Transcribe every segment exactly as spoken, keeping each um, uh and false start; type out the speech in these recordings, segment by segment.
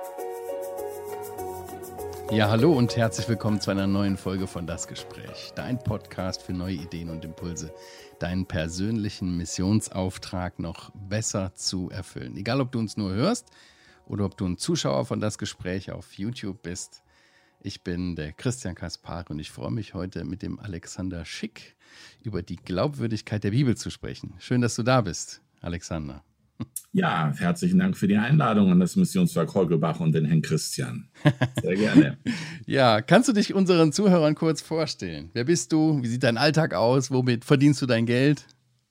Ja, hallo und herzlich willkommen zu einer neuen Folge von Das Gespräch. Dein Podcast für neue Ideen und Impulse, deinen persönlichen Missionsauftrag noch besser zu erfüllen. Egal, ob du uns nur hörst oder ob du ein Zuschauer von Das Gespräch auf YouTube bist. Ich bin der Christian Kaspar und ich freue mich heute mit dem Alexander Schick über die Glaubwürdigkeit der Bibel zu sprechen. Schön, dass du da bist, Alexander. Ja, herzlichen Dank für die Einladung an das Missionswerk Holgebach und den Herrn Christian. Sehr gerne. Ja, kannst du dich unseren Zuhörern kurz vorstellen? Wer bist du? Wie sieht dein Alltag aus? Womit verdienst du dein Geld?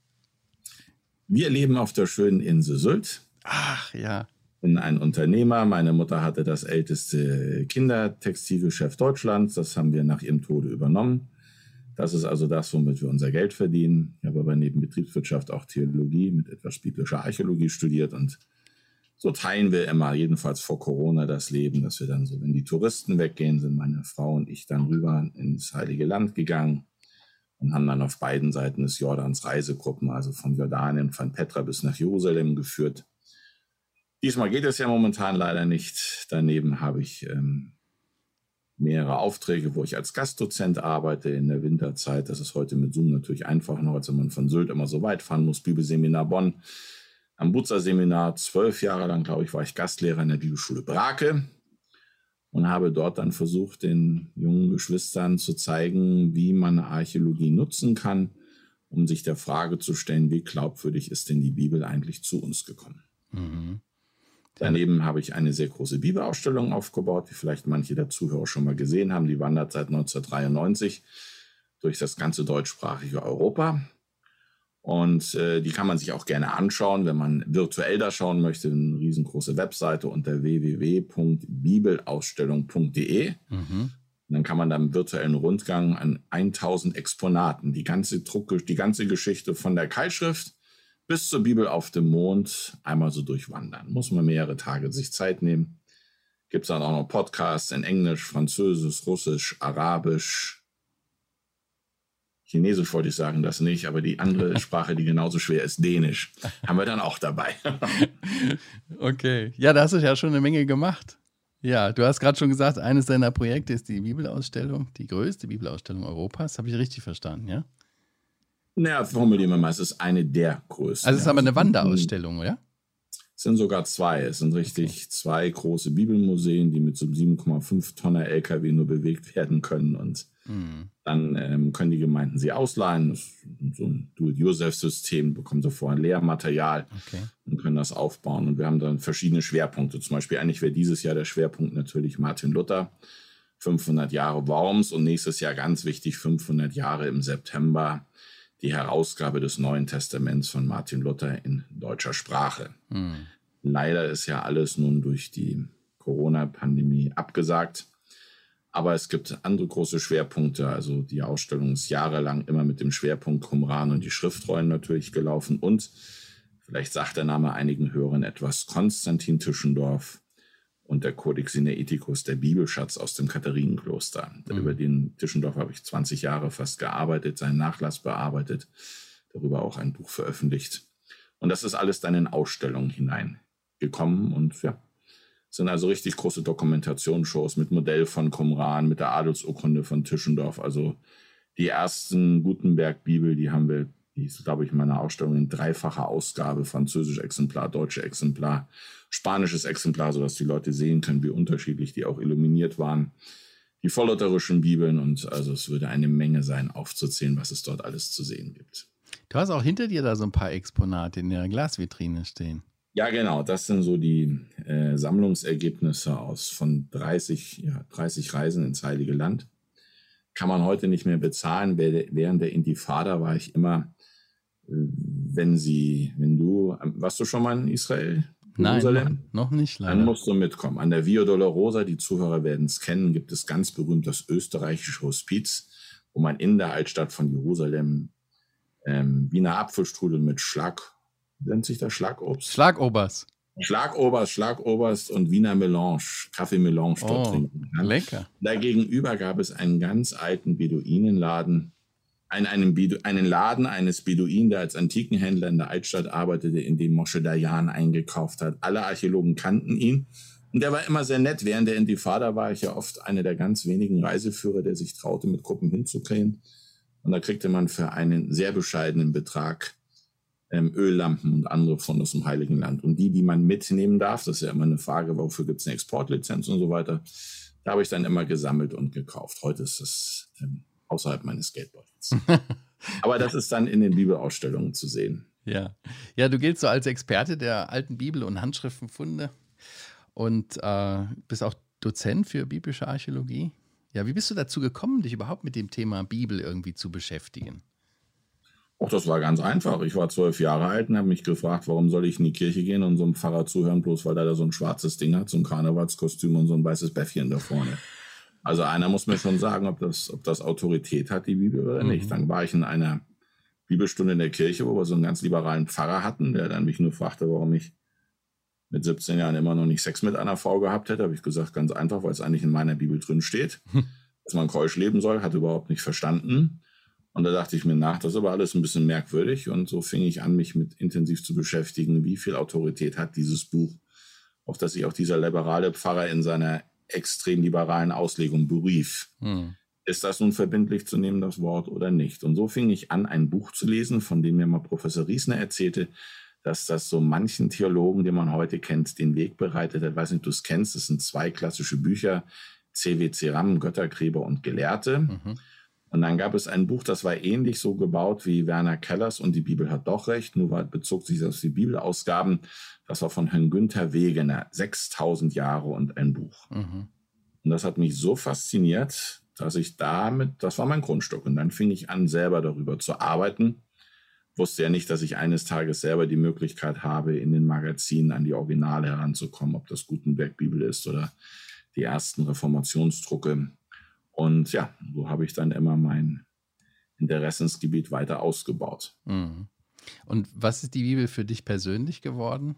Wir leben auf der schönen Insel Sylt. Ach ja. Ich bin ein Unternehmer. Meine Mutter hatte das älteste Kindertextilgeschäft Deutschlands. Das haben wir nach ihrem Tode übernommen. Das ist also das, womit wir unser Geld verdienen. Ich habe aber neben Betriebswirtschaft auch Theologie mit etwas biblischer Archäologie studiert. Und so teilen wir immer, jedenfalls vor Corona, das Leben, dass wir dann so, wenn die Touristen weggehen, sind meine Frau und ich dann rüber ins Heilige Land gegangen und haben dann auf beiden Seiten des Jordans Reisegruppen, also von Jordanien, von Petra bis nach Jerusalem geführt. Diesmal geht es ja momentan leider nicht. Daneben habe ich ähm, mehrere Aufträge, wo ich als Gastdozent arbeite in der Winterzeit. Das ist heute mit Zoom natürlich einfacher noch, als wenn man von Sylt immer so weit fahren muss. Bibelseminar Bonn. Am Butzer-Seminar zwölf Jahre lang, glaube ich, war ich Gastlehrer in der Bibelschule Brake und habe dort dann versucht, den jungen Geschwistern zu zeigen, wie man Archäologie nutzen kann, um sich der Frage zu stellen, wie glaubwürdig ist denn die Bibel eigentlich zu uns gekommen. Mhm. Daneben habe ich eine sehr große Bibelausstellung aufgebaut, die vielleicht manche der Zuhörer schon mal gesehen haben. Die wandert seit neunzehnhundertdreiundneunzig durch das ganze deutschsprachige Europa. Und äh, die kann man sich auch gerne anschauen, wenn man virtuell da schauen möchte. Eine riesengroße Webseite unter w w w punkt bibelausstellung punkt d e. Mhm. Und dann kann man da im virtuellen Rundgang an tausend Exponaten die ganze Druck, die ganze Geschichte von der Keilschrift bis zur Bibel auf dem Mond einmal so durchwandern. Muss man mehrere Tage sich Zeit nehmen. Gibt es dann auch noch Podcasts in Englisch, Französisch, Russisch, Arabisch, Chinesisch wollte ich sagen, das nicht, aber die andere Sprache, die genauso schwer ist, Dänisch, haben wir dann auch dabei. Okay, ja, da hast du ja schon eine Menge gemacht. Ja, du hast gerade schon gesagt, eines deiner Projekte ist die Bibelausstellung, die größte Bibelausstellung Europas. Habe ich richtig verstanden, ja? Naja, formulieren wir mal, es ist eine der größten. Also es ist aber eine Wanderausstellung, oder? Es sind sogar zwei. Es sind richtig okay. zwei große Bibelmuseen, die mit so einem sieben Komma fünf Tonner L K W nur bewegt werden können. Und mhm. dann ähm, können die Gemeinden sie ausleihen. Das ist so ein Do-it-yourself-System, bekommen sie vorher Lehrmaterial okay. und können das aufbauen. Und wir haben dann verschiedene Schwerpunkte. Zum Beispiel eigentlich wäre dieses Jahr der Schwerpunkt natürlich Martin Luther, fünfhundert Jahre Worms und nächstes Jahr ganz wichtig, fünfhundert Jahre im September. Die Herausgabe des Neuen Testaments von Martin Luther in deutscher Sprache. Hm. Leider ist ja alles nun durch die Corona-Pandemie abgesagt. Aber es gibt andere große Schwerpunkte. Also die Ausstellung ist jahrelang immer mit dem Schwerpunkt Qumran und die Schriftrollen natürlich gelaufen. Und vielleicht sagt der Name einigen Hörern etwas, Konstantin Tischendorf und der Codex Sinaiticus, der Bibelschatz aus dem Katharinenkloster. Mhm. Über den Tischendorf habe ich zwanzig Jahre fast gearbeitet, seinen Nachlass bearbeitet, darüber auch ein Buch veröffentlicht. Und das ist alles dann in Ausstellungen hineingekommen. Und ja, es sind also richtig große Dokumentationsshows mit Modell von Qumran, mit der Adelsurkunde von Tischendorf. Also die ersten Gutenberg-Bibel, die haben wir, die ist, glaube ich, in meiner Ausstellung in dreifacher Ausgabe, französisches Exemplar, deutsches Exemplar, spanisches Exemplar, sodass die Leute sehen können, wie unterschiedlich die auch illuminiert waren. Die volllutherischen Bibeln und also es würde eine Menge sein, aufzuzählen, was es dort alles zu sehen gibt. Du hast auch hinter dir da so ein paar Exponate in der Glasvitrine stehen. Ja, genau. Das sind so die äh, Sammlungsergebnisse aus von dreißig, ja, dreißig Reisen ins Heilige Land. Kann man heute nicht mehr bezahlen. Während der Intifada war ich immer, wenn sie, wenn du, warst du schon mal in Israel? Jerusalem? Nein, noch nicht leider. Dann musst du mitkommen. An der Via Dolorosa, die Zuhörer werden es kennen, gibt es ganz berühmt das österreichische Hospiz, wo man in der Altstadt von Jerusalem ähm, Wiener Apfelstrudel mit Schlag, nennt sich das Schlagobst? Schlagobers. Schlagobers, Schlagobers und Wiener Melange, Kaffee-Melange dort oh, trinken kann. Lecker. Dagegenüber gab es einen ganz alten Beduinenladen, einen, einen, Bedu, einen Laden eines Beduinen, der als Antikenhändler in der Altstadt arbeitete, in dem Moshe Dayan eingekauft hat. Alle Archäologen kannten ihn Und der war immer sehr nett. Während der Intifada war ich ja oft einer der ganz wenigen Reiseführer, der sich traute, mit Gruppen hinzugehen. Und da kriegte man für einen sehr bescheidenen Betrag ähm, Öllampen und andere von aus dem Heiligen Land. Und die, die man mitnehmen darf, das ist ja immer eine Frage, wofür gibt es eine Exportlizenz und so weiter, da habe ich dann immer gesammelt und gekauft. Heute ist das ähm, außerhalb meines Geldbeutels. Aber das ist dann in den Bibelausstellungen zu sehen. Ja, ja, du giltst so als Experte der alten Bibel und Handschriftenfunde und äh, bist auch Dozent für biblische Archäologie. Ja, wie bist du dazu gekommen, dich überhaupt mit dem Thema Bibel irgendwie zu beschäftigen? Auch das war ganz einfach. Ich war zwölf Jahre alt und habe mich gefragt, warum soll ich in die Kirche gehen und so einem Pfarrer zuhören, bloß weil er da so ein schwarzes Ding hat, so ein Karnevalskostüm und so ein weißes Bäffchen da vorne. Also einer muss mir schon sagen, ob das, ob das Autorität hat, die Bibel, oder nicht. Mhm. Dann war ich in einer Bibelstunde in der Kirche, wo wir so einen ganz liberalen Pfarrer hatten, der dann mich nur fragte, warum ich mit siebzehn Jahren immer noch nicht Sex mit einer Frau gehabt hätte. Habe ich gesagt, ganz einfach, weil es eigentlich in meiner Bibel drin steht, hm. dass man keusch leben soll, hat überhaupt nicht verstanden. Und da dachte ich mir nach, das ist aber alles ein bisschen merkwürdig. Und so fing ich an, mich mit intensiv zu beschäftigen, wie viel Autorität hat dieses Buch, auf das sich auch dieser liberale Pfarrer in seiner extrem liberalen Auslegung berief. Hm. Ist das nun verbindlich zu nehmen, das Wort, oder nicht? Und so fing ich an, ein Buch zu lesen, von dem mir mal Professor Riesner erzählte, dass das so manchen Theologen, den man heute kennt, den Weg bereitet hat. Ich weiß nicht, ob du es kennst, das sind zwei klassische Bücher, C W C Ram, Göttergräber und Gelehrte. Mhm. Und dann gab es ein Buch, das war ähnlich so gebaut wie Werner Kellers und die Bibel hat doch recht, nur weil bezog sich auf die Bibelausgaben. Das war von Herrn Günther Wegener, sechstausend Jahre und ein Buch. Mhm. Und das hat mich so fasziniert, dass ich damit, das war mein Grundstück. Und dann fing ich an, selber darüber zu arbeiten. Wusste ja nicht, dass ich eines Tages selber die Möglichkeit habe, in den Magazinen an die Originale heranzukommen, ob das Gutenberg Bibel ist oder die ersten Reformationsdrucke. Und ja, so habe ich dann immer mein Interessensgebiet weiter ausgebaut. Mhm. Und was ist die Bibel für dich persönlich geworden?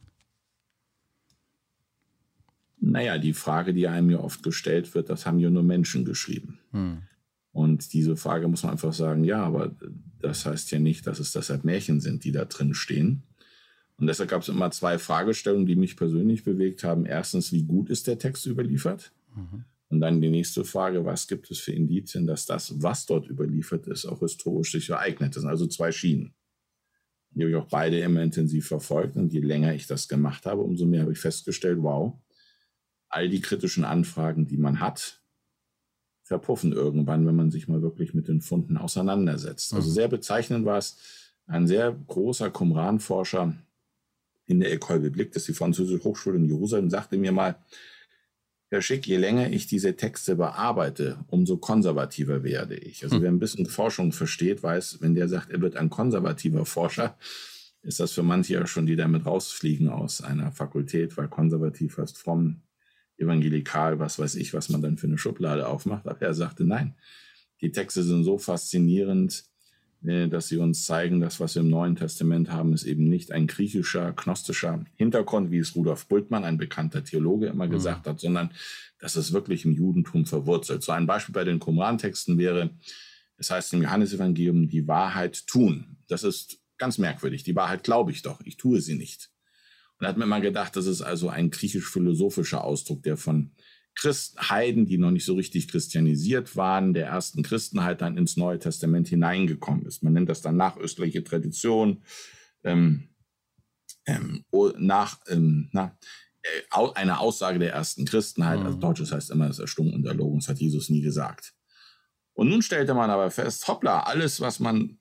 Naja, die Frage, die einem ja oft gestellt wird, das haben ja nur Menschen geschrieben. Mhm. Und diese Frage muss man einfach sagen, ja, aber das heißt ja nicht, dass es deshalb Märchen sind, die da drin stehen. Und deshalb gab es immer zwei Fragestellungen, die mich persönlich bewegt haben. Erstens, wie gut ist der Text überliefert? Mhm. Und dann die nächste Frage, was gibt es für Indizien, dass das, was dort überliefert ist, auch historisch sich ereignet. Das sind also zwei Schienen. Die habe ich auch beide immer intensiv verfolgt. Und je länger ich das gemacht habe, umso mehr habe ich festgestellt, wow, all die kritischen Anfragen, die man hat, verpuffen irgendwann, wenn man sich mal wirklich mit den Funden auseinandersetzt. Also sehr bezeichnend war es, ein sehr großer Qumran-Forscher in der École Biblique, das ist die französische Hochschule in Jerusalem, sagte mir mal, Herr Schick, je länger ich diese Texte bearbeite, umso konservativer werde ich. Also hm. wer ein bisschen Forschung versteht, weiß, wenn der sagt, er wird ein konservativer Forscher, ist das für manche ja schon, die damit rausfliegen aus einer Fakultät, weil konservativ heißt fromm, evangelikal, was weiß ich, was man dann für eine Schublade aufmacht. Aber er sagte, nein, die Texte sind so faszinierend, dass sie uns zeigen, dass was wir im Neuen Testament haben, ist eben nicht ein griechischer, gnostischer Hintergrund, wie es Rudolf Bultmann, ein bekannter Theologe, immer gesagt mhm. hat, sondern dass es wirklich im Judentum verwurzelt. So ein Beispiel bei den Qumran-Texten wäre, es heißt im Johannesevangelium, die Wahrheit tun. Das ist ganz merkwürdig. Die Wahrheit glaube ich doch, ich tue sie nicht. Und da hat mir immer gedacht, das ist also ein griechisch-philosophischer Ausdruck, der von Christen, Heiden, die noch nicht so richtig christianisiert waren, der ersten Christenheit dann ins Neue Testament hineingekommen ist. Man nennt das dann nachösterliche Tradition, ähm, ähm, nach ähm, na, äh, eine Aussage der ersten Christenheit. Mhm. Also Deutsches heißt immer, es ist erstunken und erlogen, das hat Jesus nie gesagt. Und nun stellte man aber fest, hoppla, alles, was man,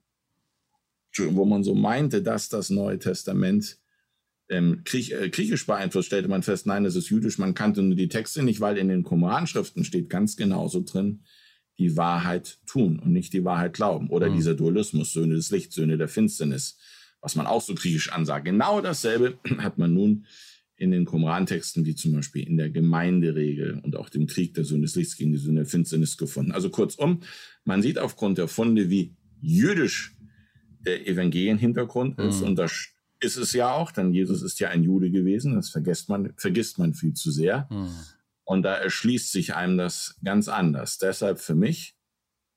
wo man so meinte, dass das Neue Testament Ähm, Griech, äh, griechisch beeinflusst, stellte man fest, nein, es ist jüdisch, man kannte nur die Texte nicht, weil in den Qumran-Schriften steht ganz genauso drin, die Wahrheit tun und nicht die Wahrheit glauben. Oder mhm. dieser Dualismus, Söhne des Lichts, Söhne der Finsternis, was man auch so griechisch ansah. Genau dasselbe hat man nun in den Qumran-Texten, wie zum Beispiel in der Gemeinderegel und auch dem Krieg der Söhne des Lichts gegen die Söhne der Finsternis gefunden. Also kurzum, man sieht aufgrund der Funde, wie jüdisch der Evangelienhintergrund ist mhm. und das ist es ja auch, denn Jesus ist ja ein Jude gewesen, das vergisst man, vergisst man viel zu sehr. Hm. Und da erschließt sich einem das ganz anders. Deshalb für mich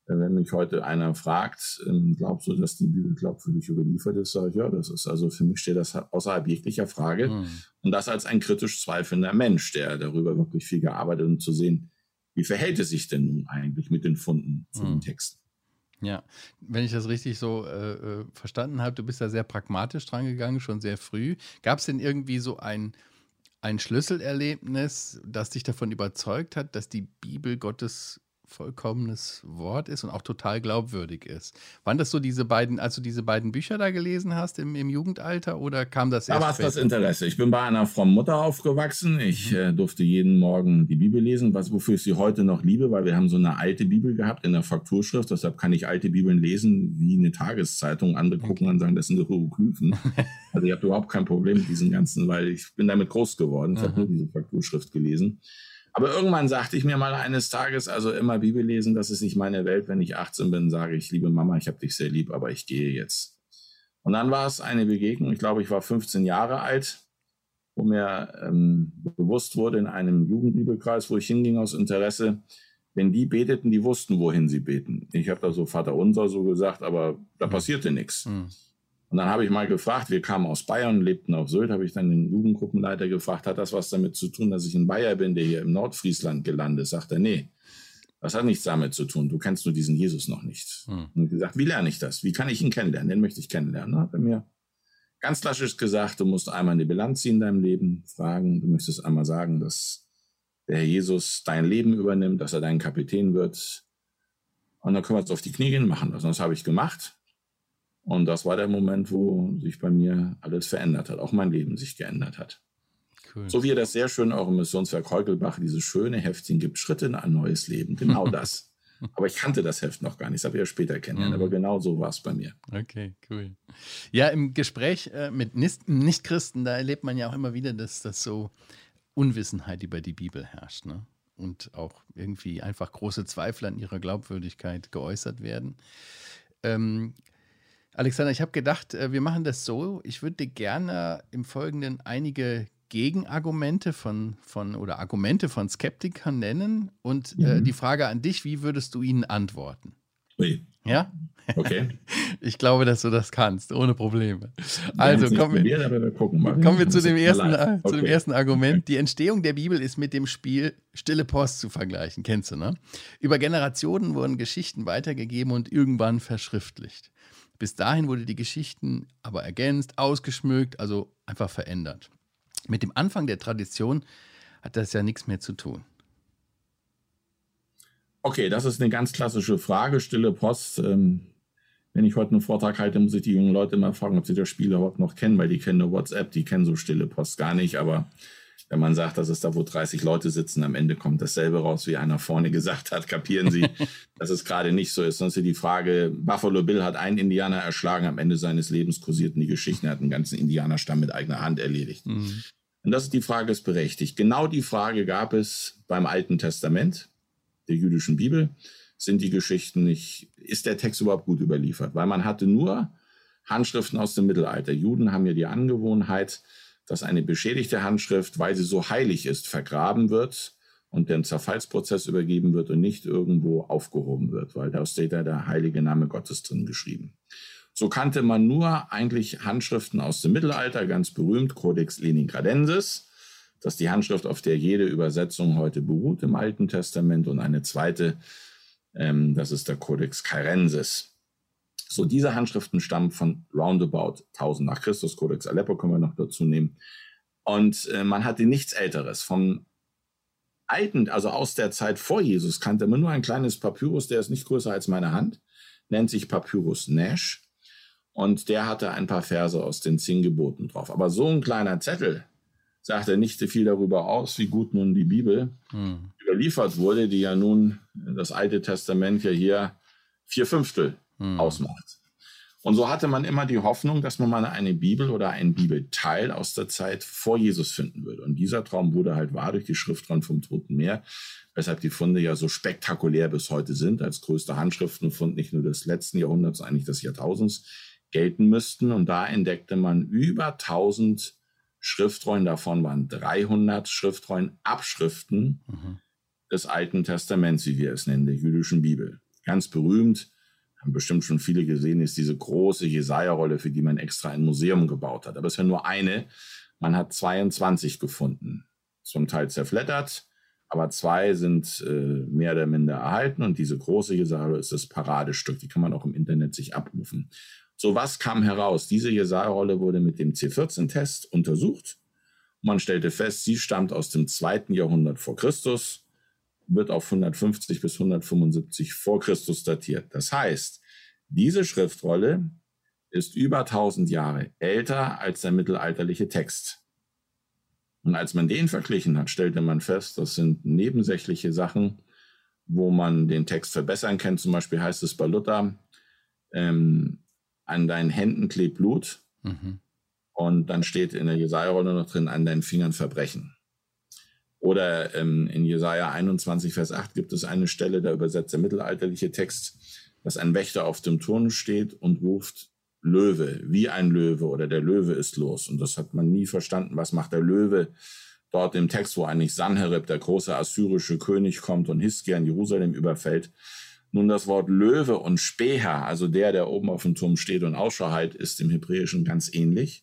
Wenn mich heute einer fragt, glaubst du, dass die Bibel glaubwürdig überliefert ist, sage ich, ja, das ist also, für mich steht das außerhalb jeglicher Frage. Mhm. Und das als ein kritisch zweifelnder Mensch, der darüber wirklich viel gearbeitet hat, um zu sehen, wie verhält es sich denn nun eigentlich mit den Funden zu mhm. den Texten. Ja, wenn ich das richtig so äh, verstanden habe, du bist da sehr pragmatisch dran gegangen, schon sehr früh. Gab es denn irgendwie so ein, ein Schlüsselerlebnis, das dich davon überzeugt hat, dass die Bibel Gottes vollkommenes Wort ist und auch total glaubwürdig ist? Waren das so diese beiden, als du diese beiden Bücher da gelesen hast im, im Jugendalter, oder kam das erst Da war es das Interesse. Ich bin bei einer frommen Mutter aufgewachsen. Ich mhm. äh, durfte jeden Morgen die Bibel lesen, was, wofür ich sie heute noch liebe, weil wir haben so eine alte Bibel gehabt in der Frakturschrift. Deshalb kann ich alte Bibeln lesen wie eine Tageszeitung. Andere gucken okay. und sagen, das sind Hieroglyphen. Also ich habe überhaupt kein Problem mit diesen ganzen, weil ich bin damit groß geworden. Ich mhm. habe nur diese Frakturschrift gelesen. Aber irgendwann sagte ich mir mal eines Tages, also immer Bibel lesen, das ist nicht meine Welt. Wenn ich achtzehn bin, sage ich, liebe Mama, ich habe dich sehr lieb, aber ich gehe jetzt. Und dann war es eine Begegnung, ich glaube, ich war fünfzehn Jahre alt, wo mir ähm, bewusst wurde in einem Jugendbibelkreis, wo ich hinging aus Interesse, wenn die beteten, die wussten, wohin sie beten. Ich habe da so Vaterunser so gesagt, aber da mhm. passierte nichts. Mhm. Und dann habe ich mal gefragt, wir kamen aus Bayern, lebten auf Sylt, habe ich dann den Jugendgruppenleiter gefragt, hat das was damit zu tun, dass ich ein Bayer bin, der hier im Nordfriesland gelandet ist? Sagt er, nee, das hat nichts damit zu tun, du kennst nur diesen Jesus noch nicht. Hm. Und ich gesagt, wie lerne ich das? Wie kann ich ihn kennenlernen? Den möchte ich kennenlernen. Dann hat er mir ganz klassisch gesagt, du musst einmal eine Bilanz ziehen in deinem Leben, fragen, du möchtest einmal sagen, dass der Herr Jesus dein Leben übernimmt, dass er dein Kapitän wird. Und dann können wir jetzt auf die Knie gehen, machen das. Und das habe ich gemacht. Und das war der Moment, wo sich bei mir alles verändert hat, auch mein Leben sich geändert hat. Cool. So wie ihr das sehr schön auch im Missionswerk Heukelbach, dieses schöne Heftchen gibt, Schritte in ein neues Leben. Genau das. Aber ich kannte das Heft noch gar nicht, das habe ich ja später kennengelernt. Mhm. Aber genau so war es bei mir. Okay, cool. Ja, im Gespräch äh, mit Nichtchristen, da erlebt man ja auch immer wieder, dass das so Unwissenheit über die Bibel herrscht, ne? Und auch irgendwie einfach große Zweifel an ihrer Glaubwürdigkeit geäußert werden. Ähm, Alexander, ich habe gedacht, wir machen das so. Ich würde dir gerne im Folgenden einige Gegenargumente von, von oder Argumente von Skeptikern nennen und mhm. äh, die Frage an dich, wie würdest du ihnen antworten? Ui. Ja? Okay. Ich glaube, dass du das kannst, ohne Probleme. Also kommen wir, probiert, aber wir, gucken mal. kommen wir zu, dem ersten, okay. zu dem ersten Argument. Die Entstehung der Bibel ist mit dem Spiel Stille Post zu vergleichen. Kennst du, ne? Über Generationen wurden Geschichten weitergegeben und irgendwann verschriftlicht. Bis dahin wurde die Geschichten aber ergänzt, ausgeschmückt, also einfach verändert. Mit dem Anfang der Tradition hat das ja nichts mehr zu tun. Okay, das ist eine ganz klassische Frage. Stille Post. Ähm, wenn ich heute einen Vortrag halte, muss ich die jungen Leute mal fragen, ob sie das Spiel überhaupt noch kennen, weil die kennen nur WhatsApp, die kennen so Stille Post gar nicht. Aber wenn man sagt, das ist da, wo dreißig Leute sitzen, am Ende kommt dasselbe raus, wie einer vorne gesagt hat, kapieren Sie, dass es gerade nicht so ist. Sonst ist die Frage, Buffalo Bill hat einen Indianer erschlagen, am Ende seines Lebens kursierten die Geschichten, er hat einen ganzen Indianerstamm mit eigener Hand erledigt. Mhm. Und das ist die Frage, ist berechtigt. Genau die Frage gab es beim Alten Testament, der jüdischen Bibel. Sind die Geschichten nicht, ist der Text überhaupt gut überliefert? Weil man hatte nur Handschriften aus dem Mittelalter. Juden haben ja die Angewohnheit, dass eine beschädigte Handschrift, weil sie so heilig ist, vergraben wird und dem Zerfallsprozess übergeben wird und nicht irgendwo aufgehoben wird, weil da steht ja der heilige Name Gottes drin geschrieben. So kannte man nur eigentlich Handschriften aus dem Mittelalter, ganz berühmt, Codex Leningradensis. Das ist die Handschrift, auf der jede Übersetzung heute beruht im Alten Testament, und eine zweite, ähm, das ist der Codex Cairensis. So, diese Handschriften stammen von roundabout tausend nach Christus, Codex Aleppo können wir noch dazu nehmen. Und äh, man hatte nichts Älteres. Vom Alten, also aus der Zeit vor Jesus, kannte man nur ein kleines Papyrus, der ist nicht größer als meine Hand, nennt sich Papyrus Nash. Und der hatte ein paar Verse aus den zehn Geboten drauf. Aber so ein kleiner Zettel sagte nicht so viel darüber aus, wie gut nun die Bibel hm. überliefert wurde, die ja nun das Alte Testament ja hier vier Fünftel hm. ausmacht. Und so hatte man immer die Hoffnung, dass man mal eine Bibel oder einen Bibelteil aus der Zeit vor Jesus finden würde. Und dieser Traum wurde halt wahr durch die Schriftrollen vom Toten Meer, weshalb die Funde ja so spektakulär bis heute sind, als größter Handschriftenfund nicht nur des letzten Jahrhunderts, eigentlich des Jahrtausends, gelten müssten. Und da entdeckte man über tausend Schriftrollen, davon waren dreihundert Schriftrollen Abschriften mhm. des Alten Testaments, wie wir es nennen, der jüdischen Bibel. Ganz berühmt, haben bestimmt schon viele gesehen, ist diese große Jesaja-Rolle, für die man extra ein Museum gebaut hat. Aber es ist ja nur eine. Man hat zweiundzwanzig gefunden. Zum Teil zerfleddert, aber zwei sind äh, mehr oder minder erhalten. Und diese große Jesaja-Rolle ist das Paradestück. Die kann man auch im Internet sich abrufen. So, was kam heraus? Diese Jesaja-Rolle wurde mit dem C vierzehn-Test untersucht. Man stellte fest, sie stammt aus dem zweiten Jahrhundert vor Christus, wird auf hundertfünfzig bis hundertfünfundsiebzig vor Christus datiert. Das heißt, diese Schriftrolle ist über tausend Jahre älter als der mittelalterliche Text. Und als man den verglichen hat, stellte man fest, das sind nebensächliche Sachen, wo man den Text verbessern kann. Zum Beispiel heißt es bei Luther, ähm, an deinen Händen klebt Blut. Mhm. Und dann steht in der Jesaja-Rolle noch drin, an deinen Fingern Verbrechen. Oder ähm, in Jesaja einundzwanzig, Vers acht gibt es eine Stelle, da übersetzt der mittelalterliche Text, dass ein Wächter auf dem Turm steht und ruft, Löwe, wie ein Löwe oder der Löwe ist los. Und das hat man nie verstanden. Was macht der Löwe dort im Text, wo eigentlich Sanherib, der große assyrische König, kommt und Hiskia in Jerusalem überfällt? Nun, das Wort Löwe und Späher, also der, der oben auf dem Turm steht und Ausschau hält, ist im Hebräischen ganz ähnlich.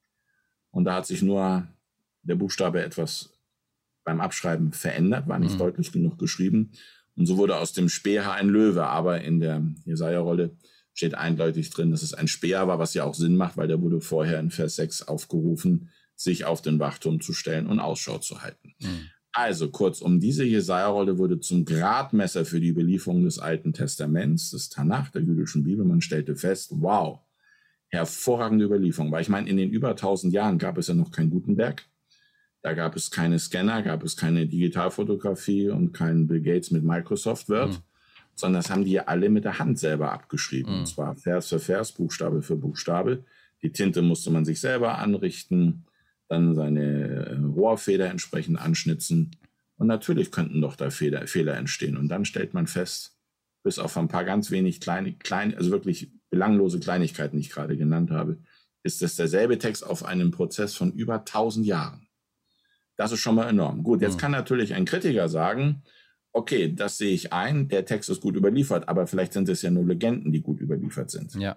Und da hat sich nur der Buchstabe etwas beim Abschreiben verändert, war nicht mhm. deutlich genug geschrieben. Und so wurde aus dem Späher ein Löwe. Aber in der Jesaja-Rolle steht eindeutig drin, dass es ein Späher war, was ja auch Sinn macht, weil der wurde vorher in Vers sechs aufgerufen, sich auf den Wachturm zu stellen und Ausschau zu halten. Mhm. Also kurzum, diese Jesaja-Rolle wurde zum Gradmesser für die Überlieferung des Alten Testaments, des Tanach, der jüdischen Bibel. Man stellte fest, wow, hervorragende Überlieferung. Weil ich meine, in den über tausend Jahren gab es ja noch kein Gutenberg. Da gab es keine Scanner, gab es keine Digitalfotografie und keinen Bill Gates mit Microsoft Word, mhm. sondern das haben die alle mit der Hand selber abgeschrieben. Mhm. Und zwar Vers für Vers, Buchstabe für Buchstabe. Die Tinte musste man sich selber anrichten, dann seine Rohrfeder entsprechend anschnitzen. Und natürlich könnten doch da Fehler, Fehler entstehen. Und dann stellt man fest, bis auf ein paar ganz wenig kleine, kleine, also wirklich belanglose Kleinigkeiten, die ich gerade genannt habe, ist das derselbe Text auf einem Prozess von über tausend Jahren. Das ist schon mal enorm. Gut, jetzt mhm. kann natürlich ein Kritiker sagen, okay, das sehe ich ein, der Text ist gut überliefert, aber vielleicht sind es ja nur Legenden, die gut überliefert sind. Ja.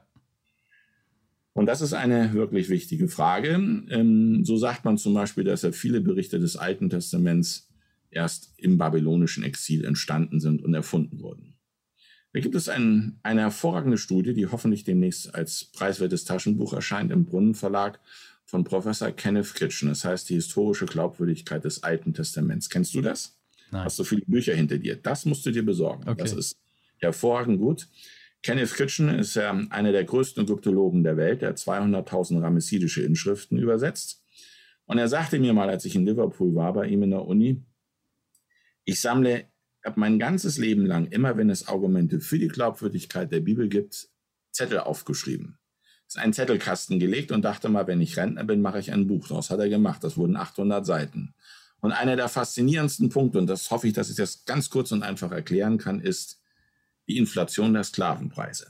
Und das ist eine wirklich wichtige Frage. Ähm, so sagt man zum Beispiel, dass ja viele Berichte des Alten Testaments erst im babylonischen Exil entstanden sind und erfunden wurden. Da gibt es ein, eine hervorragende Studie, die hoffentlich demnächst als preiswertes Taschenbuch erscheint im Brunnen Verlag von Professor Kenneth Kitchen. Das heißt, die historische Glaubwürdigkeit des Alten Testaments. Kennst du das? Nein. Hast du viele Bücher hinter dir? Das musst du dir besorgen. Okay. Das ist hervorragend gut. Kenneth Kitchen ist ja einer der größten Ägyptologen der Welt. Er hat zweihunderttausend ramessidische Inschriften übersetzt. Und er sagte mir mal, als ich in Liverpool war, bei ihm in der Uni, ich sammle habe mein ganzes Leben lang, immer wenn es Argumente für die Glaubwürdigkeit der Bibel gibt, Zettel aufgeschrieben. Ist einen Zettelkasten gelegt und dachte mal, wenn ich Rentner bin, mache ich ein Buch draus. Hat er gemacht. Das wurden achthundert Seiten. Und einer der faszinierendsten Punkte, und das hoffe ich, dass ich das ganz kurz und einfach erklären kann, ist die Inflation der Sklavenpreise.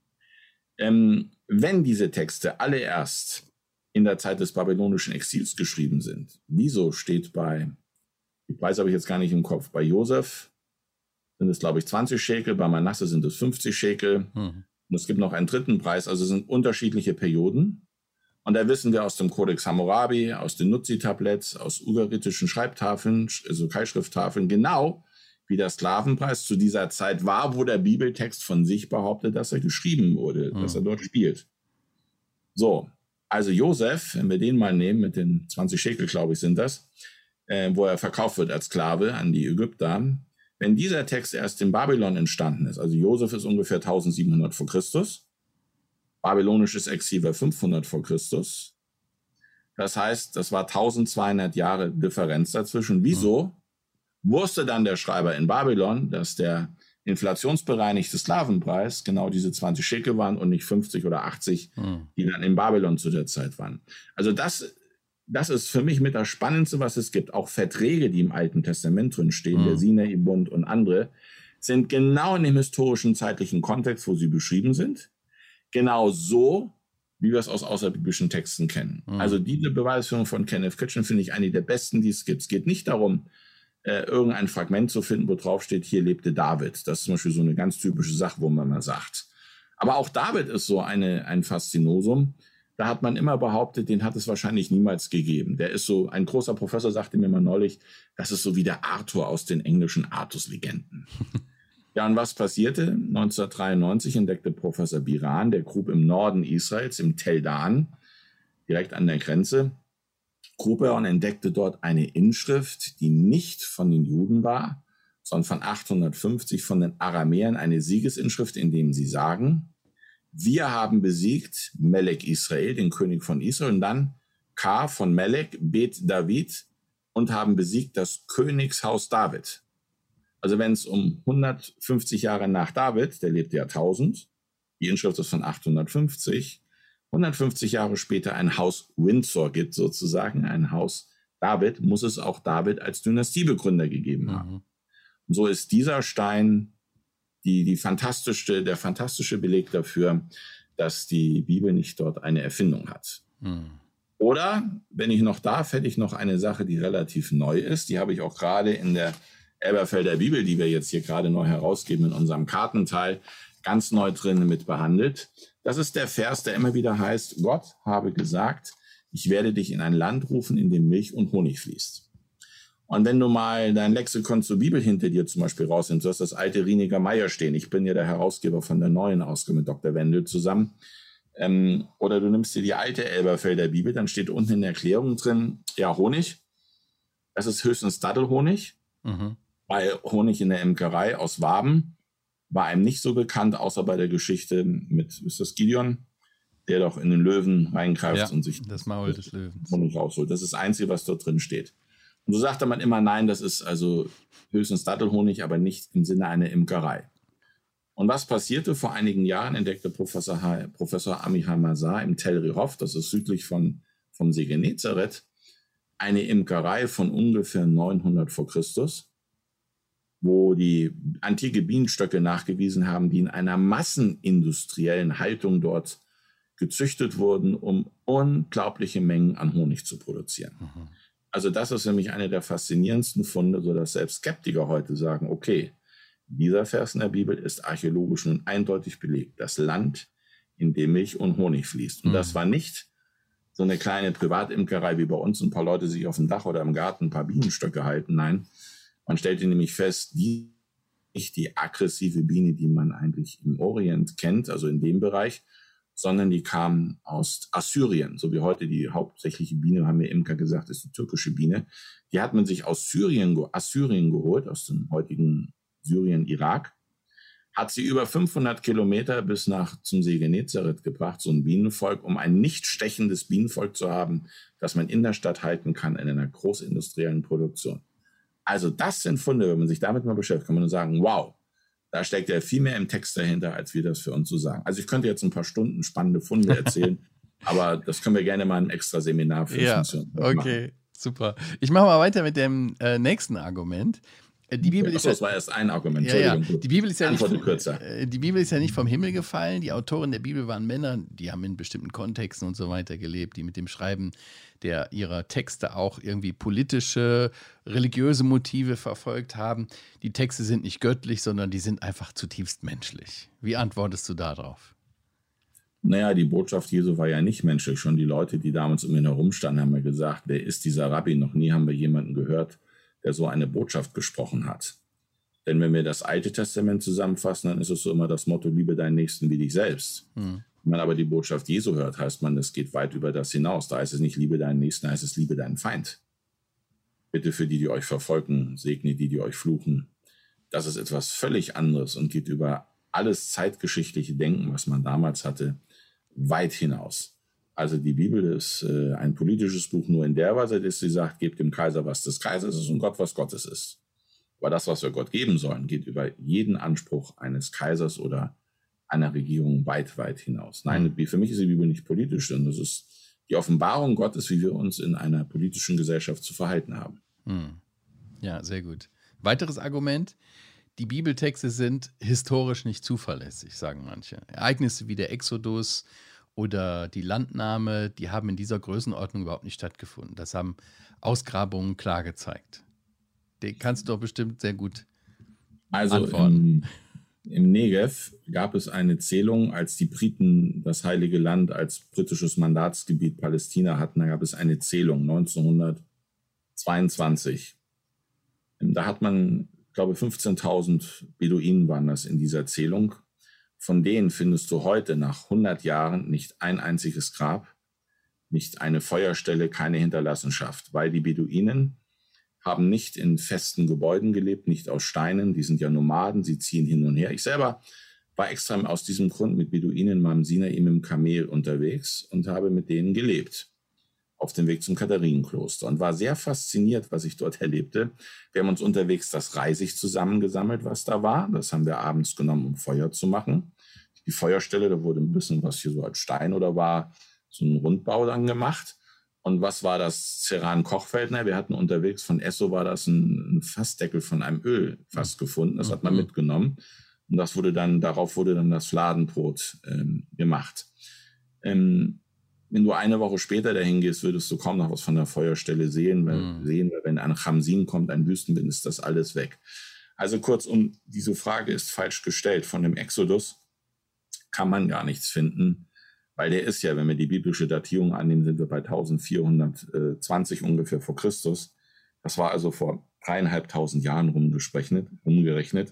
Ähm, wenn diese Texte alle erst in der Zeit des babylonischen Exils geschrieben sind, wieso steht bei, die Preise habe ich jetzt gar nicht im Kopf, bei Josef sind es, glaube ich, zwanzig Schekel, bei Manasse sind es fünfzig Schekel. Mhm. Und es gibt noch einen dritten Preis, also es sind unterschiedliche Perioden. Und da wissen wir aus dem Codex Hammurabi, aus den Nutsi-Tabletts, aus ugaritischen Schreibtafeln, also Keilschrifttafeln, genau wie der Sklavenpreis zu dieser Zeit war, wo der Bibeltext von sich behauptet, dass er geschrieben wurde, mhm. dass er dort spielt. So, also Josef, wenn wir den mal nehmen, mit den zwanzig Schekel, glaube ich, sind das, äh, wo er verkauft wird als Sklave an die Ägypter. Wenn dieser Text erst in Babylon entstanden ist, also Josef ist ungefähr eintausendsiebenhundert vor Christus, babylonisches Exil war fünfhundert vor Christus, das heißt, das war eintausendzweihundert Jahre Differenz dazwischen. Wieso wusste dann der Schreiber in Babylon, dass der inflationsbereinigte Sklavenpreis genau diese zwanzig Schekel waren und nicht fünfzig oder achtzig, mhm. die dann in Babylon zu der Zeit waren? Also das Das ist für mich mit das Spannendste, was es gibt. Auch Verträge, die im Alten Testament drin stehen, mhm. der Sinai-Bund und andere, sind genau in dem historischen zeitlichen Kontext, wo sie beschrieben sind. Genau so, wie wir es aus außerbiblischen Texten kennen. Mhm. Also diese Beweisführung von Kenneth Kitchen finde ich eine der besten, die es gibt. Es geht nicht darum, äh, irgendein Fragment zu finden, wo drauf steht, hier lebte David. Das ist zum Beispiel so eine ganz typische Sache, wo man mal sagt. Aber auch David ist so eine, ein Faszinosum. Da hat man immer behauptet, den hat es wahrscheinlich niemals gegeben. Der ist so, ein großer Professor sagte mir mal neulich, das ist so wie der Arthur aus den englischen Artus-Legenden. Ja, und was passierte? neunzehnhundertdreiundneunzig entdeckte Professor Biran, der grub im Norden Israels, im Tel Dan, direkt an der Grenze, grub er und entdeckte dort eine Inschrift, die nicht von den Juden war, sondern von achthundertfünfzig von den Aramäern, eine Siegesinschrift, in dem sie sagen, wir haben besiegt Melek Israel, den König von Israel, und dann K von Melek, Bet David, und haben besiegt das Königshaus David. Also wenn es um hundertfünfzig Jahre nach David, der lebte ja tausend, die Inschrift ist von achthundertfünfzig, hundertfünfzig Jahre später ein Haus Windsor gibt sozusagen, ein Haus David, muss es auch David als Dynastiebegründer gegeben haben. Mhm. Und so ist dieser Stein die, die fantastische, der fantastische Beleg dafür, dass die Bibel nicht dort eine Erfindung hat. Mhm. Oder, wenn ich noch darf, hätte ich noch eine Sache, die relativ neu ist. Die habe ich auch gerade in der Elberfelder Bibel, die wir jetzt hier gerade neu herausgeben in unserem Kartenteil, ganz neu drin mit behandelt. Das ist der Vers, der immer wieder heißt, Gott habe gesagt, ich werde dich in ein Land rufen, in dem Milch und Honig fließt. Und wenn du mal dein Lexikon zur Bibel hinter dir zum Beispiel rausnimmst, du hast das alte Rieniger Meyer stehen, ich bin ja der Herausgeber von der neuen Ausgabe mit Doktor Wendel zusammen, ähm, oder du nimmst dir die alte Elberfelder Bibel, dann steht unten in der Erklärung drin, ja, Honig, das ist höchstens Dattelhonig, mhm. weil Honig in der Imkerei aus Waben war einem nicht so bekannt, außer bei der Geschichte mit, ist das Gideon, der doch in den Löwen reingreift ja, und sich das Maul des Löwens Honig rausholt. Das ist das Einzige, was dort drin steht. Und so sagte man immer, nein, das ist also höchstens Dattelhonig, aber nicht im Sinne einer Imkerei. Und was passierte? Vor einigen Jahren entdeckte Professor, H, Professor Amihai Mazar im Tel Rehov, das ist südlich von, vom See Genezareth, eine Imkerei von ungefähr neunhundert vor Christus, wo die antike Bienenstöcke nachgewiesen haben, die in einer massenindustriellen Haltung dort gezüchtet wurden, um unglaubliche Mengen an Honig zu produzieren. Mhm. Also das ist nämlich eine der faszinierendsten Funde, sodass selbst Skeptiker heute sagen, okay, dieser Vers in der Bibel ist archäologisch nun eindeutig belegt. Das Land, in dem Milch und Honig fließt. Und mhm. das war nicht so eine kleine Privatimkerei wie bei uns, ein paar Leute sich auf dem Dach oder im Garten ein paar Bienenstöcke halten. Nein, man stellte nämlich fest, die nicht die aggressive Biene, die man eigentlich im Orient kennt, also in dem Bereich, sondern die kamen aus Assyrien, so wie heute die hauptsächliche Biene, haben wir Imker gesagt, ist die türkische Biene. Die hat man sich aus Syrien, Assyrien geholt, aus dem heutigen Syrien, Irak, hat sie über fünfhundert Kilometer bis nach zum See Genezareth gebracht, so ein Bienenvolk, um ein nicht stechendes Bienenvolk zu haben, das man in der Stadt halten kann, in einer großindustriellen Produktion. Also das sind Funde, wenn man sich damit mal beschäftigt, kann man nur sagen, wow, da steckt ja viel mehr im Text dahinter, als wir das für uns so sagen. Also ich könnte jetzt ein paar Stunden spannende Funde erzählen, aber das können wir gerne mal ein extra Seminar für ja, machen. Okay, super. Ich mache mal weiter mit dem äh, nächsten Argument. Die Bibel ist Achso, das war erst ein Argument. Ja, ja. Die, Bibel ist ja nicht, kürzer. die Bibel ist ja nicht vom Himmel gefallen. Die Autoren der Bibel waren Männer, die haben in bestimmten Kontexten und so weiter gelebt, die mit dem Schreiben der, ihrer Texte auch irgendwie politische, religiöse Motive verfolgt haben. Die Texte sind nicht göttlich, sondern die sind einfach zutiefst menschlich. Wie antwortest du darauf? Naja, die Botschaft Jesu war ja nicht menschlich. Schon die Leute, die damals um ihn herumstanden, haben ja gesagt, wer ist dieser Rabbi? Noch nie haben wir jemanden gehört, der so eine Botschaft gesprochen hat. Denn wenn wir das Alte Testament zusammenfassen, dann ist es so immer das Motto, liebe deinen Nächsten wie dich selbst. Hm. Wenn man aber die Botschaft Jesu hört, heißt man, es geht weit über das hinaus. Da heißt es nicht, liebe deinen Nächsten, da heißt es, liebe deinen Feind. Bitte für die, die euch verfolgen, segne die, die euch fluchen. Das ist etwas völlig anderes und geht über alles zeitgeschichtliche Denken, was man damals hatte, weit hinaus. Also die Bibel ist äh, ein politisches Buch nur in der Weise, dass sie sagt, gebt dem Kaiser, was des Kaisers ist und Gott, was Gottes ist. Aber das, was wir Gott geben sollen, geht über jeden Anspruch eines Kaisers oder einer Regierung weit, weit hinaus. Nein, für mich ist die Bibel nicht politisch, sondern es ist die Offenbarung Gottes, wie wir uns in einer politischen Gesellschaft zu verhalten haben. Hm. Ja, sehr gut. Weiteres Argument, die Bibeltexte sind historisch nicht zuverlässig, sagen manche. Ereignisse wie der Exodus oder die Landnahme, die haben in dieser Größenordnung überhaupt nicht stattgefunden. Das haben Ausgrabungen klar gezeigt. Den kannst du doch bestimmt sehr gut also antworten. Im, im Negev gab es eine Zählung, als die Briten das Heilige Land als britisches Mandatsgebiet Palästina hatten. Da gab es eine Zählung neunzehnhundertzweiundzwanzig. Da hat man, ich glaube, fünfzehntausend Beduinen waren das in dieser Zählung. Von denen findest du heute nach hundert Jahren nicht ein einziges Grab, nicht eine Feuerstelle, keine Hinterlassenschaft, weil die Beduinen haben nicht in festen Gebäuden gelebt, nicht aus Steinen, die sind ja Nomaden, sie ziehen hin und her. Ich selber war extra aus diesem Grund mit Beduinen in meinem Sinai mit dem Kamel unterwegs und habe mit denen gelebt auf dem Weg zum Katharinenkloster und war sehr fasziniert, was ich dort erlebte. Wir haben uns unterwegs das Reisig zusammengesammelt, was da war. Das haben wir abends genommen, um Feuer zu machen. Die Feuerstelle, da wurde ein bisschen was hier so als Stein oder war so ein Rundbau dann gemacht. Und was war das Ceran-Kochfeld? Wir hatten unterwegs von Esso war das ein, ein Fassdeckel von einem Ölfass gefunden. Das hat man mitgenommen. Und das wurde dann, darauf wurde dann das Fladenbrot ähm, gemacht. Ähm, Wenn du eine Woche später dahin gehst, würdest du kaum noch was von der Feuerstelle sehen, weil, mm. sehen, weil wenn ein Chamsin kommt, ein Wüstenwind, ist das alles weg. Also kurzum, diese Frage ist falsch gestellt. Von dem Exodus kann man gar nichts finden, weil der ist ja, wenn wir die biblische Datierung annehmen, sind wir bei eintausendvierhundertzwanzig ungefähr vor Christus. Das war also vor dreieinhalbtausend Jahren rumgerechnet. rumgerechnet.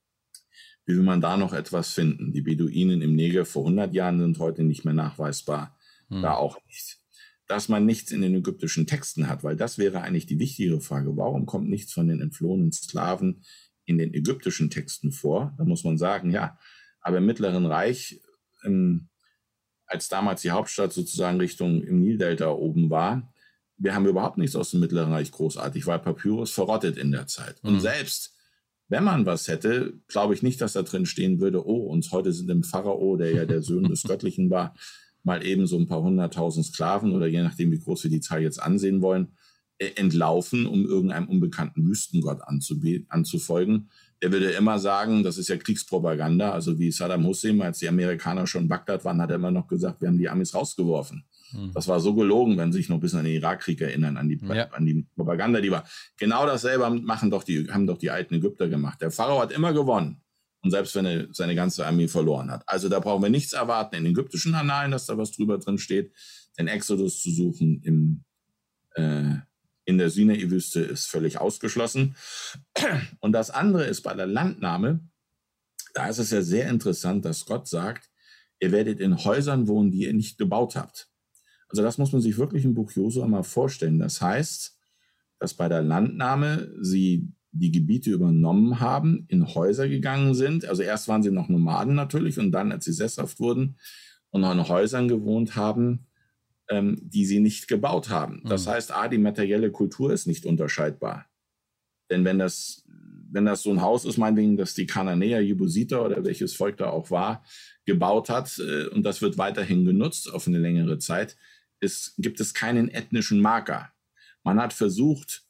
Wie will man da noch etwas finden? Die Beduinen im Negev vor hundert Jahren sind heute nicht mehr nachweisbar. Da auch nicht. Dass man nichts in den ägyptischen Texten hat, weil das wäre eigentlich die wichtigere Frage. Warum kommt nichts von den entflohenen Sklaven in den ägyptischen Texten vor? Da muss man sagen, ja, aber im Mittleren Reich, ähm, als damals die Hauptstadt sozusagen Richtung im Nildelta oben war, wir haben überhaupt nichts aus dem Mittleren Reich großartig, weil Papyrus verrottet in der Zeit. Und mhm. selbst wenn man was hätte, glaube ich nicht, dass da drin stehen würde, oh, uns heute sind im Pharao, der ja der Sohn des Göttlichen war, mal eben so ein paar hunderttausend Sklaven oder je nachdem, wie groß wir die Zahl jetzt ansehen wollen, äh, entlaufen, um irgendeinem unbekannten Wüstengott anzube- anzufolgen. Der würde immer sagen, das ist ja Kriegspropaganda, also wie Saddam Hussein, als die Amerikaner schon in Bagdad waren, hat er immer noch gesagt, wir haben die Amis rausgeworfen. Mhm. Das war so gelogen, wenn Sie sich noch ein bisschen an den Irakkrieg erinnern, an die, ja. an die Propaganda, die war. Genau dasselbe machen doch die, haben doch die alten Ägypter gemacht. Der Pharao hat immer gewonnen. Und selbst wenn er seine ganze Armee verloren hat. Also da brauchen wir nichts erwarten in den ägyptischen Annalen, dass da was drüber drin steht. Den Exodus zu suchen im, äh, in der Sinai-Wüste ist völlig ausgeschlossen. Und das andere ist bei der Landnahme, da ist es ja sehr interessant, dass Gott sagt, ihr werdet in Häusern wohnen, die ihr nicht gebaut habt. Also das muss man sich wirklich im Buch Josua mal vorstellen. Das heißt, dass bei der Landnahme sie die Gebiete übernommen haben, in Häuser gegangen sind. Also erst waren sie noch Nomaden natürlich und dann, als sie sesshaft wurden und noch in Häusern gewohnt haben, ähm, die sie nicht gebaut haben. Das mhm. heißt, A, die materielle Kultur ist nicht unterscheidbar. Denn wenn das, wenn das so ein Haus ist, meinetwegen, dass die Kananäer, Jebusiter oder welches Volk da auch war, gebaut hat äh, und das wird weiterhin genutzt auf eine längere Zeit, ist, gibt es keinen ethnischen Marker. Man hat versucht,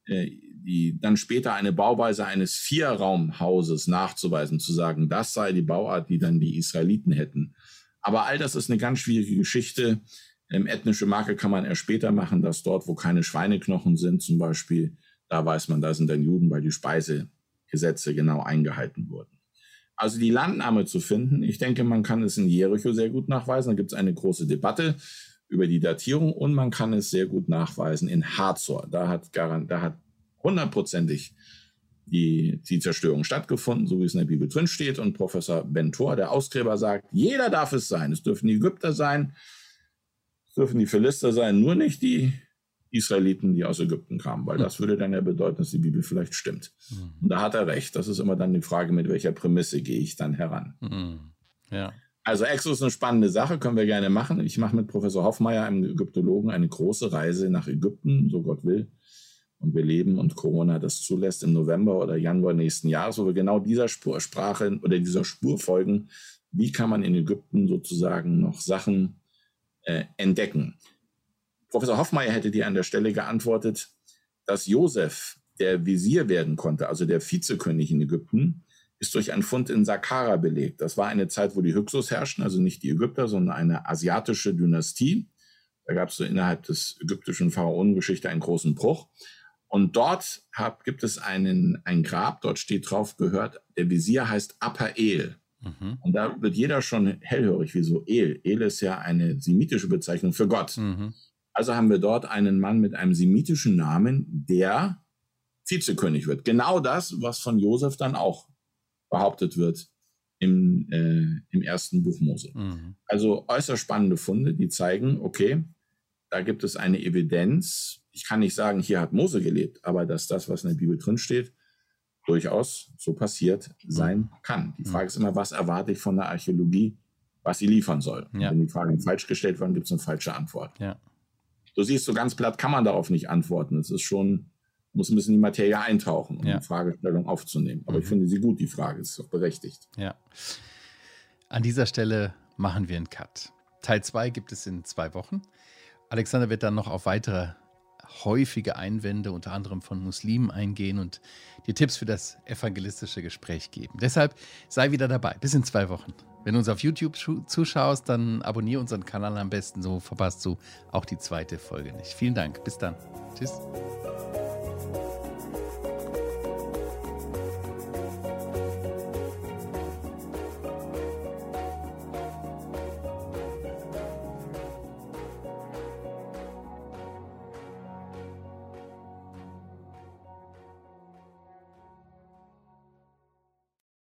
die dann später eine Bauweise eines Vierraumhauses nachzuweisen, zu sagen, das sei die Bauart, die dann die Israeliten hätten. Aber all das ist eine ganz schwierige Geschichte. Ähm, ethnische Marke kann man erst später machen, dass dort, wo keine Schweineknochen sind zum Beispiel, da weiß man, da sind dann Juden, weil die Speisegesetze genau eingehalten wurden. Also die Landnahme zu finden, ich denke, man kann es in Jericho sehr gut nachweisen. Da gibt es eine große Debatte über die Datierung und man kann es sehr gut nachweisen in Hazor. Da hat, garant, da hat hundertprozentig die, die Zerstörung stattgefunden, so wie es in der Bibel drin steht. Und Professor Bentor, der Ausgräber, sagt, jeder darf es sein. Es dürfen die Ägypter sein, es dürfen die Philister sein, nur nicht die Israeliten, die aus Ägypten kamen, weil das würde dann ja bedeuten, dass die Bibel vielleicht stimmt. Mhm. Und da hat er recht. Das ist immer dann die Frage, mit welcher Prämisse gehe ich dann heran. Mhm. Ja. Also Exodus ist eine spannende Sache, können wir gerne machen. Ich mache mit Professor Hoffmeier, einem Ägyptologen, eine große Reise nach Ägypten, so Gott will. Und wir leben und Corona das zulässt im November oder Januar nächsten Jahres, wo wir genau dieser Spur, Sprache oder dieser Spur folgen. Wie kann man in Ägypten sozusagen noch Sachen äh, entdecken? Professor Hoffmeier hätte dir an der Stelle geantwortet, dass Josef, der Visier werden konnte, also der Vizekönig in Ägypten, ist durch einen Fund in Saqqara belegt. Das war eine Zeit, wo die Hyksos herrschten, also nicht die Ägypter, sondern eine asiatische Dynastie. Da gab es so innerhalb des ägyptischen Pharaonengeschichte einen großen Bruch. Und dort hab, gibt es einen, ein Grab, dort steht drauf, gehört, der Wesir heißt Apael. Mhm. Und da wird jeder schon hellhörig, wieso El? El ist ja eine semitische Bezeichnung für Gott. Mhm. Also haben wir dort einen Mann mit einem semitischen Namen, der Vizekönig wird. Genau das, was von Josef dann auch behauptet wird im, äh, im ersten Buch Mose. Mhm. Also äußerst spannende Funde, die zeigen, okay, da gibt es eine Evidenz. Ich kann nicht sagen, hier hat Mose gelebt, aber dass das, was in der Bibel drinsteht, durchaus so passiert sein kann. Die Frage ist immer, was erwarte ich von der Archäologie, was sie liefern soll. Ja. Wenn die Fragen falsch gestellt werden, gibt es eine falsche Antwort. Ja. Du siehst, so ganz platt kann man darauf nicht antworten. Es ist schon, muss ein bisschen in die Materie eintauchen, um ja. die Fragestellung aufzunehmen. Aber mhm. ich finde sie gut, die Frage ist doch berechtigt. Ja. An dieser Stelle machen wir einen Cut. Teil zwei gibt es in zwei Wochen. Alexander wird dann noch auf weitere häufige Einwände, unter anderem von Muslimen, eingehen und dir Tipps für das evangelistische Gespräch geben. Deshalb sei wieder dabei. Bis in zwei Wochen. Wenn du uns auf YouTube zuschaust, dann abonniere unseren Kanal am besten, so verpasst du auch die zweite Folge nicht. Vielen Dank. Bis dann. Tschüss.